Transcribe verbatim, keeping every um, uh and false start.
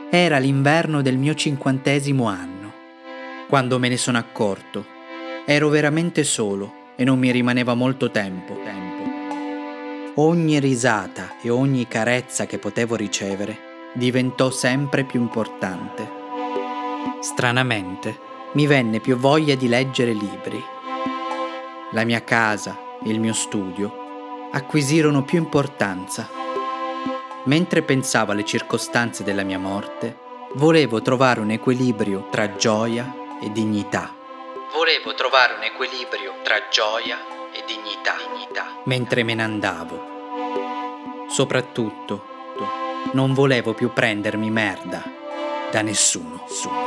Era l'inverno del mio cinquantesimo anno. Quando me ne sono accorto, ero veramente solo e non mi rimaneva molto tempo. tempo. Ogni risata e ogni carezza che potevo ricevere diventò sempre più importante. Stranamente, mi venne più voglia di leggere libri. La mia casa e il mio studio acquisirono più importanza. Mentre pensavo alle circostanze della mia morte, volevo trovare un equilibrio tra gioia e dignità. Volevo trovare un equilibrio tra gioia e dignità, dignità. Mentre me ne andavo. Soprattutto, non volevo più prendermi merda da nessuno.